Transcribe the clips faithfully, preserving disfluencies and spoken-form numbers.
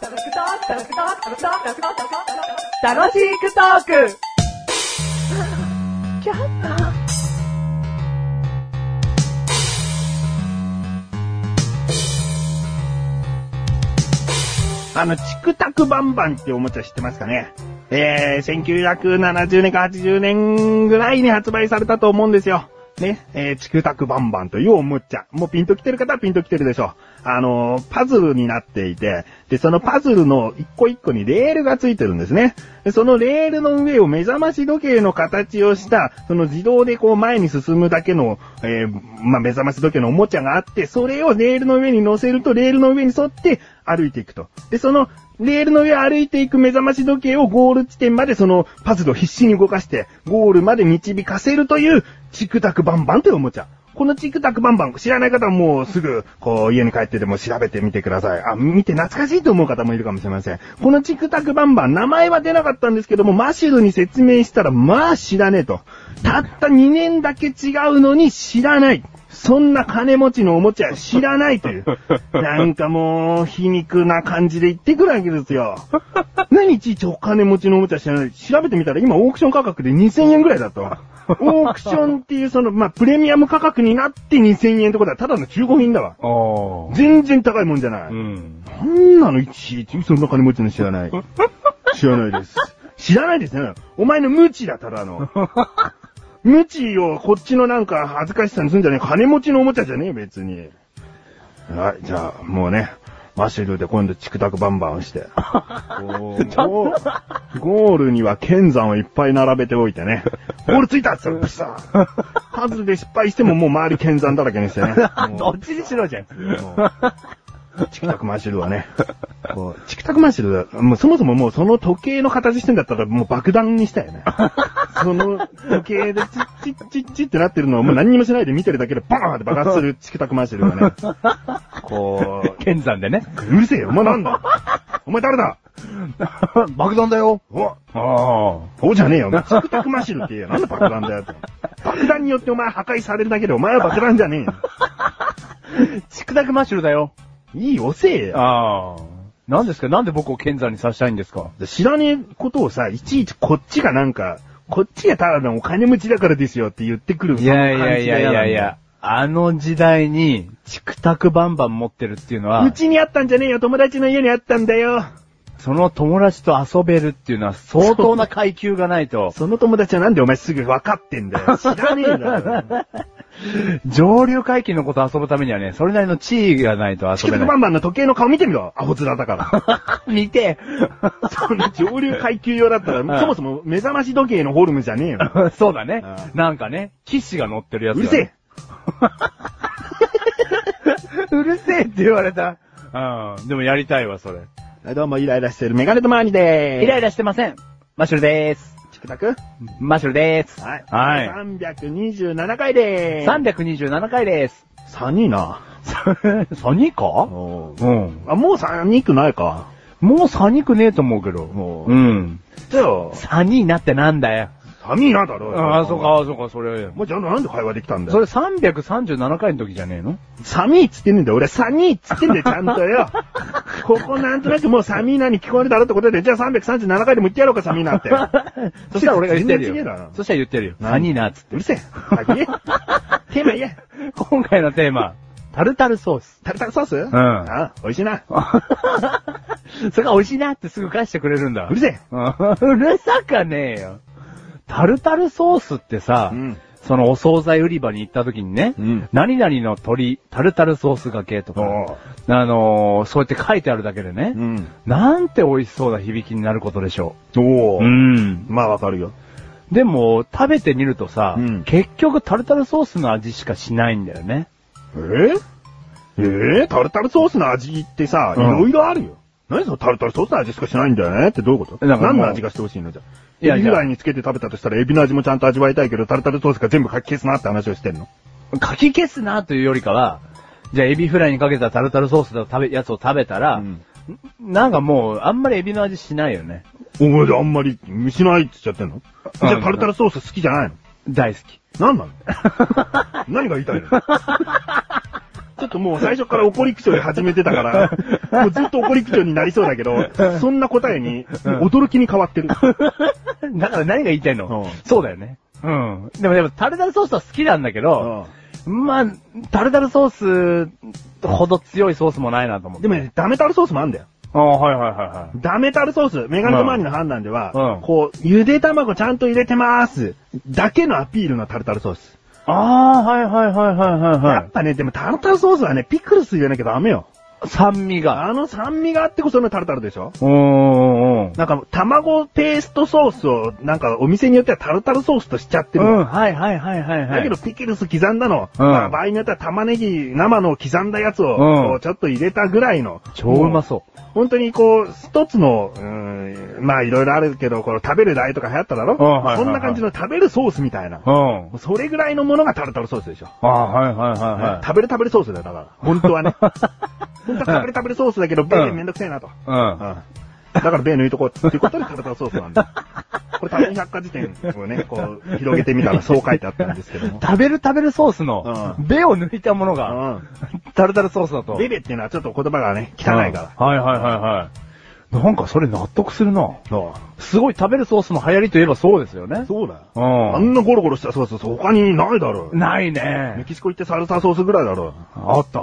楽しくトークあの、チクタクバンバンっておもちゃ知ってますかね？えー、せんきゅうひゃくななじゅうねんかはちじゅうねんぐらいに発売されたと思うんですよ。ね、えー、チクタクバンバンというおもちゃ。もうピンと来てる方はピンと来てるでしょう。あのー、パズルになっていて、で、そのパズルの一個一個にレールがついてるんですね。で、そのレールの上を目覚まし時計の形をした、その自動でこう前に進むだけの、えー、まあ、目覚まし時計のおもちゃがあって、それをレールの上に乗せると、レールの上に沿って歩いていくと。で、その、レールの上を歩いていく目覚まし時計をゴール地点までそのパズルを必死に動かして、ゴールまで導かせるという、チクタクバンバンというおもちゃ。このチクタクバンバン、知らない方はもうすぐ、こう、家に帰ってでも調べてみてください。あ、見て懐かしいと思う方もいるかもしれません。このチクタクバンバン、名前は出なかったんですけども、マシュルに説明したら、まあ知らねえと。たったにねんだけ違うのに知らない。そんな金持ちのおもちゃ知らないという。なんかもう、皮肉な感じで言ってくるわけですよ。何いちいちお金持ちのおもちゃ知らない。調べてみたら今オークション価格でにせんえんぐらいだと。オークションっていうその、まあ、プレミアム価格になってにせんえんってことはただの中古品だわ。全然高いもんじゃない。うん。なんなのいちいちそんな金持ちの知らない。知らないです。知らないですね。お前の無知だ、ただの。無知をこっちのなんか恥ずかしさにすんじゃねえ。金持ちのおもちゃじゃねえ別に。はい、じゃあもうね、マシルで今度チクタクバンバンをして。ゴールには剣山をいっぱい並べておいてね。ゴールついたっつったらブシャー。パズルで失敗してももう周り剣山だらけにしてね。 どっちにしろじゃん。 チクタクマシルはね、こうチクタクマシルは、もうそもそももうその時計の形してんだったらもう爆弾にしたよね。その時計でチッチッチッチッってなってるのをもう何にもしないで見てるだけでバーンって爆発するチクタクマシルはね、こう、 剣山でね。 うるせえよ、お前なんだお前誰だ爆弾だよ。 おああ。そうじゃねえよ。チクタクマシルって言えよ。なんで爆弾だよって。爆弾によってお前破壊されるだけでお前は爆弾じゃねえよ。 チクタクマシュルだよ。 いい、遅えよ。 ああ。何ですか？なんで僕を剣山に刺したいんですか？ 知らねえことをさ、いちいちこっちがなんか、こっちがただのお金持ちだからですよって言ってくる。 いやいやいやいやいや。あの時代に、チクタクバンバン持ってるっていうのは。 うちにあったんじゃねえよ。友達の家にあったんだよ。 その友達と遊べるっていうのは相当な階級がないと。 その友達はなんでお前すぐ分かってんだよ。知らねえだろ。 上流階級のこと遊ぶためにはね、それなりの地位がないと遊べない。 チクタクバンバンの時計の顔見てみろ。アホ面だから。 見て。 その上流階級用だったら、そもそも目覚まし時計のフォルムじゃねえよ。 そうだね。なんかね、騎士が乗ってるやつ、ね。 うるせえ。 うるせえって言われた。うん。でもやりたいわ、それ。 どうもイライラしてるメガネとマーニでーす。 イライラしてません。マシュルでーす。 チクタクマシュルでーす。 はい。 はい。 さんびゃくにじゅうななかいでーす。 さんびゃくにじゅうななかいでーす。 さんにな。 さんにかうん。あ、もうさんにくないか。 もうさんにくねえと思うけど。うん。 じゃあ。 さんになってなんだよ。 さんになだろ。 ああ、そうか、そうか、それ。 もうじゃあなんで会話できたんだよ。 それさんびゃくさんじゅうななかいの時じゃねえの？ 寒いっつってんねんだよ。俺寒いっつってんだよ、ちゃんとよ。ここなんとなくもう寒いなに聞こえるだろってことで、じゃあさんびゃくさんじゅうななかいでも言ってやろうか、寒いなって。 そしたら俺が言ってるよ。 全然違えな。 そしたら言ってるよ。さんになっつって。 うるせえ。先言え。テーマ言え。 今回のテーマ、タルタルソース。 タルタルソース？うん。あ、美味しいな。 それが美味しいなってすぐ返してくれるんだ。 うるせえ。 うるさかねえよ。タルタルソースってさ、うん、そのお惣菜売り場に行った時にね、うん、何々の鶏、タルタルソースがけとか、あのー、そうやって書いてあるだけでね、うん、なんて美味しそうな響きになることでしょう。 おー。うん。まあわかるよ。 でも、食べてみるとさ、うん、結局タルタルソースの味しかしないんだよね。 えー、えー、タルタルソースの味ってさ、いろいろあるよ。何そのタルタルソースの味しかしないんだよねってどういうこと？何の味がしてほしいのじゃ。いや、エビフライにつけて食べたとしたらエビの味もちゃんと味わいたいけど、タルタルソースが全部かき消すなって話をしてんの？ かき消すなというよりかは、じゃあエビフライにかけたタルタルソースの食べ、やつを食べたら、うん、なんかもう、あんまりエビの味しないよね。 お前あんまりしないって言っちゃってんの？じゃあタルタルソース好きじゃないの？ 大好き。 なんなの？何が言いたいの？ちょっょっともう最初から怒り口調で始めてたから、もうずっと怒り口調になりそうだけど、そんな答えに、驚きに変わってる。だから何が言いたいの、うん、そうだよね。うん。でもでもタルタルソースは好きなんだけど、うん、まあ、タルタルソースほど強いソースもないなと思って。 でもね、ダメタルソースもあるんだよ。 ああ、はいはいはいはい。 ダメタルソース、メガネとマーニの判断では、うん、こう、ゆで卵ちゃんと入れてまーす。だけのアピールのタルタルソース。 ああ、はいはいはいはいはい、はい。 やっぱね、でもタルタルソースはね、ピクルス入れなきゃダメよ。 酸味が。 あの酸味があってこそのタルタルでしょ？ うーん。 なんか、卵ペーストソースを、なんかお店によってはタルタルソースとしちゃってる。 うん、はいはいはいはい、はい。 だけどピクルス刻んだの、うん、まあ場合によっては玉ねぎ生の刻んだやつを、こうちょっと入れたぐらいの。 超うまそう。 本当にこう、一つの、うーん、まあいろいろあるけど、この食べる台とか流行っただろ、うんはいはいはい、そんな感じの食べるソースみたいな。うん。それぐらいのものがタルタルソースでしょ。 ああ、はいはいはいはい。 食べる食べるソースだよ、だから。本当はね。本当は食べる食べるソースだけど、ベーめんどくせえなと。うん。うん。だからベー抜いとこうっていうことでタルタルソースなんだ。これ、食べる百科事典をね、こう、広げてみたらそう書いてあったんですけども。 食べる食べるソースの、ベを抜いたものが、うん、タルタルソースだと。 ベベっていうのはちょっと言葉がね、汚いから。 はいはいはいはい。なんかそれ納得するな。すごい食べるソースの流行りといえばそうですよね。 そうだよ。うん。あんなゴロゴロしたソース他にないだろ。 ないね。 メキシコ行ってサルサソースぐらいだろ。 あった。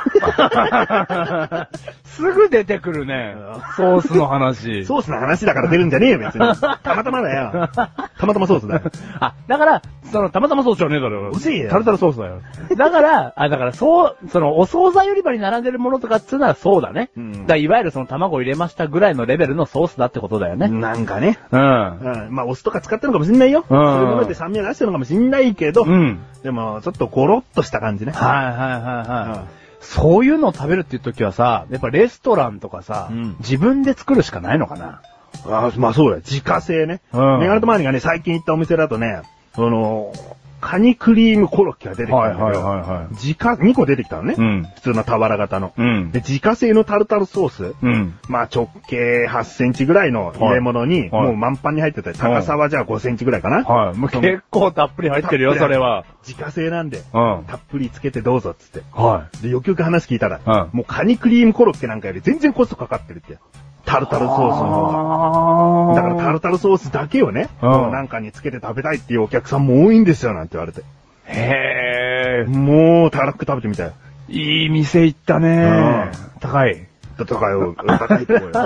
すぐ出てくるね。ソースの話。 ソースの話だから出るんじゃねえよ、別に。たまたまだよ。たまたまソースだよ。 あ、だから、その、たまたまソースじゃねえだろ。 うせえよ。 タルタルソースだよ。だから、あ、だから、そう、その、お惣菜売り場に並んでるものとかっつうのはそうだね。うん。だからいわゆるその卵を入れましたぐらいのレベルのソースだってことだよね。 なんかね。 うん。 うん。まあ、お酢とか使ってるのかもしんないよ。うん。そういうもので酸味を出してるのかもしんないけど。うん。でも、ちょっとゴロッとした感じね。 はいはいはいはい。うん、そういうのを食べるっていう時はさ、やっぱレストランとかさ、うん、自分で作るしかないのかな。 ああ、まあそうだよ。自家製ね。うん。メガネとマーニがね、最近行ったお店だとね、その、カニクリームコロッケが出てきたんだけど、はいはいはいはい、自家、にこ出てきたのね。うん。普通の俵型の。うん。で、自家製のタルタルソース。うん。まあ直径はちセンチぐらいの入れ物に、はい、もう満帆に入ってて、高さはじゃあごセンチぐらいかな。 はい。もう結構たっぷり入ってるよ、それは。 自家製なんで、うん。たっぷりつけてどうぞっつって。 はい。 で、よくよく話聞いたら、うん。もうカニクリームコロッケなんかより全然コストかかってるって。タルタルソースの方が。だからタルタルソースだけをね、うん、なんかにつけて食べたいっていうお客さんも多いんですよ、なんて言われて。 へー。 もう、たらふく食べてみたよ。 いい店行ったね、うん、高い。 高いよ。高いとこよ。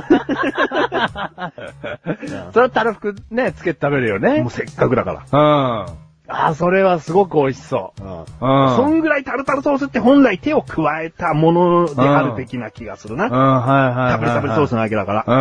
それはたらふくね、つけて食べるよね。 もうせっかくだから。 うん。あ、それはすごく美味しそう。うん。うん。 そんぐらいタルタルソースって本来手を加えたものであるべきな気がするな。うん、はいはいはい。食べる食べるソースなわけだから。うん。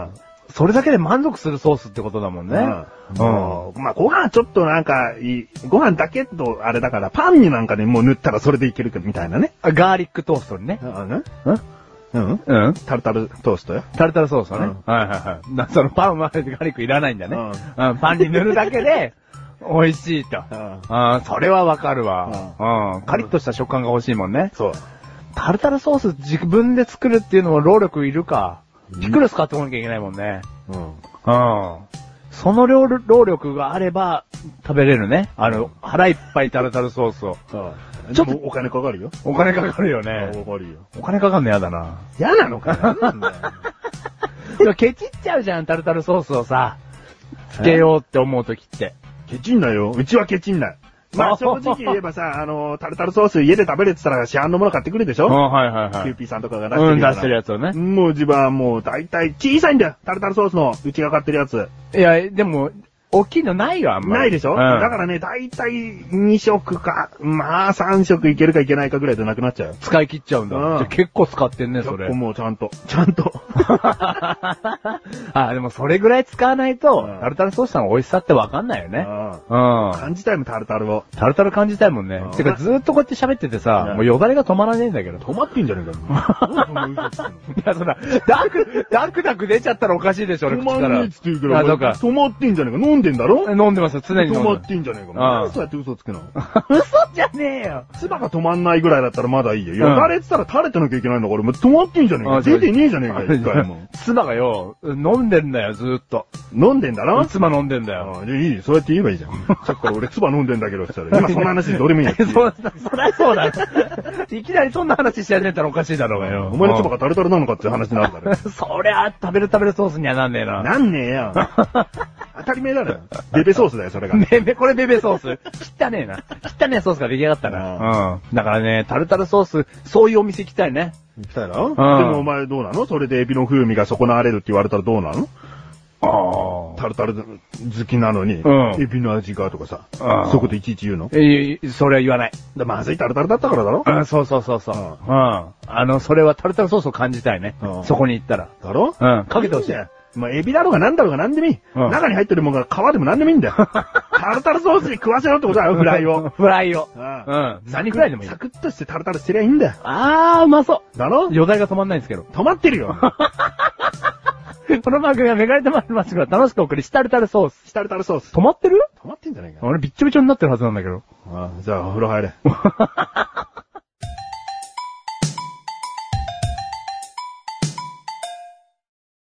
うんそれだけで満足するソースってことだもんね。うん。 うん、まあ、ご飯ちょっとなんかいい、ご飯だけとあれだから、パンになんかね、もう塗ったらそれでいけるみたいなね。 ガーリックトーストにね。 うんうんうんうんタルタルトーストよ。 タルタルソースはね。うん、はいはいはい。なそのパンはガーリックいらないんだね。うん。うん、パンに塗るだけで、美味しいと。うん。あそれはわかるわ。うん。うん。カリッとした食感が欲しいもんね。 そう。 タルタルソース自分で作るっていうのも労力いるか。ピクルス買ってこなきゃいけないもんね。うん。うん。その労力があれば食べれるね。あの、腹いっぱいタルタルソースを。 うん。ちょっとお金かかるよ。 お金かかるよね。 かかるよ。 お金かかるの嫌だな。 嫌なのかななんだよ。 でもケチっちゃうじゃん、タルタルソースをさ。つけようって思うときって。 ケチんないよ。うちはケチんない。まあ正直言えばさ、あの、タルタルソース家で食べれって言ったら市販のもの買ってくるでしょあはいはいはい。 キューピーさんとかが出してるやつ。うん、 出してるやつをね。 もう自分はもう大体小さいんだよ。タルタルソースのうちが買ってるやつ。 いや、でも、大きいのないよ、あんまり。 ないでしょ、うん、だからね、大体に食か、まあさん食いけるかいけないかぐらいでなくなっちゃうよ。 使い切っちゃうんだ。うん、じゃ結構使ってんね、それ。 結構もうちゃんと。ちゃんと。 あ、でもそれぐらい使わないと、うん、タルタルソースの美味しさってわかんないよね。 うん。うん、感じたいもん、タルタルを。 タルタル感じたいもんね。うん、てかずーっとこうやって喋っててさ、うん、もうよだれが止まらねえんだけど。 止まってんじゃねえかよ。 いや、そんな、ダク、ダクダク出ちゃったらおかしいでしょ、俺口から。止まんねえっつって言うから。あ、そうか。止まってんじゃねえか。飲ん飲んでんだろ？ 飲んでますよ、常に飲んで止まってんじゃねえか。なんでそうやって嘘つくの？ 嘘じゃねえよ。 唾が止まんないぐらいだったらまだいいよ。よだれって言ったら垂れてなきゃいけないんだから、もう止まってんじゃねえか。出てねえじゃねえかよ、一回も。 唾がよ、飲んでんだよ、ずーっと。 飲んでんだろ？ 唾飲んでんだよ。 ああ、いい、そうやって言えばいいじゃん。さっきから俺唾飲んでんだけどって言ったら、今そんな話どうでもいいよ。 そ、そりゃそうだ。いきなりそんな話し始めたらおかしいだろうがよ。 お前の唾がタルタルなのかって話になるから。 そりゃ、食べる食べるソースにはなんねえな。 なんねえよ。当たり前だろ。ベベソースだよ、それが。 ベベ、これベベソース。汚ねえな。汚ねえソースが出来上がったな。うん。だからね、タルタルソース、そういうお店行きたいね。 行きたいな。でもお前どうなの？それでエビの風味が損なわれるって言われたらどうなの？ああ。タルタル好きなのに、うん、エビの味がとかさ、そういうこといちいち言うの？ え、それは言わない。 まずいタルタルだったからだろ？ うん、そうそうそうそう。うん。あの、それはタルタルソースを感じたいね。そこに行ったら。 だろ？ うん。かけてほしい。 まあ、エビだろうがなんだろうがなんでもいい。うん、中に入ってるものが皮でもなんでもいいんだよ。タルタルソースに食わせろってことだよ、フライを。 フライを。うん。何フライでもいい。 サクッとしてタルタルしてりゃいいんだよ。 あー、うまそう。 だろ？ 余題が止まんないんですけど。 止まってるよ。 この番組はメガネとまりますが楽しく送り、シタルタルソース。 シタルタルソース。 止まってる？ 止まってんじゃないか。 俺びっちょびちょになってるはずなんだけど。 ああ、じゃあお風呂入れ。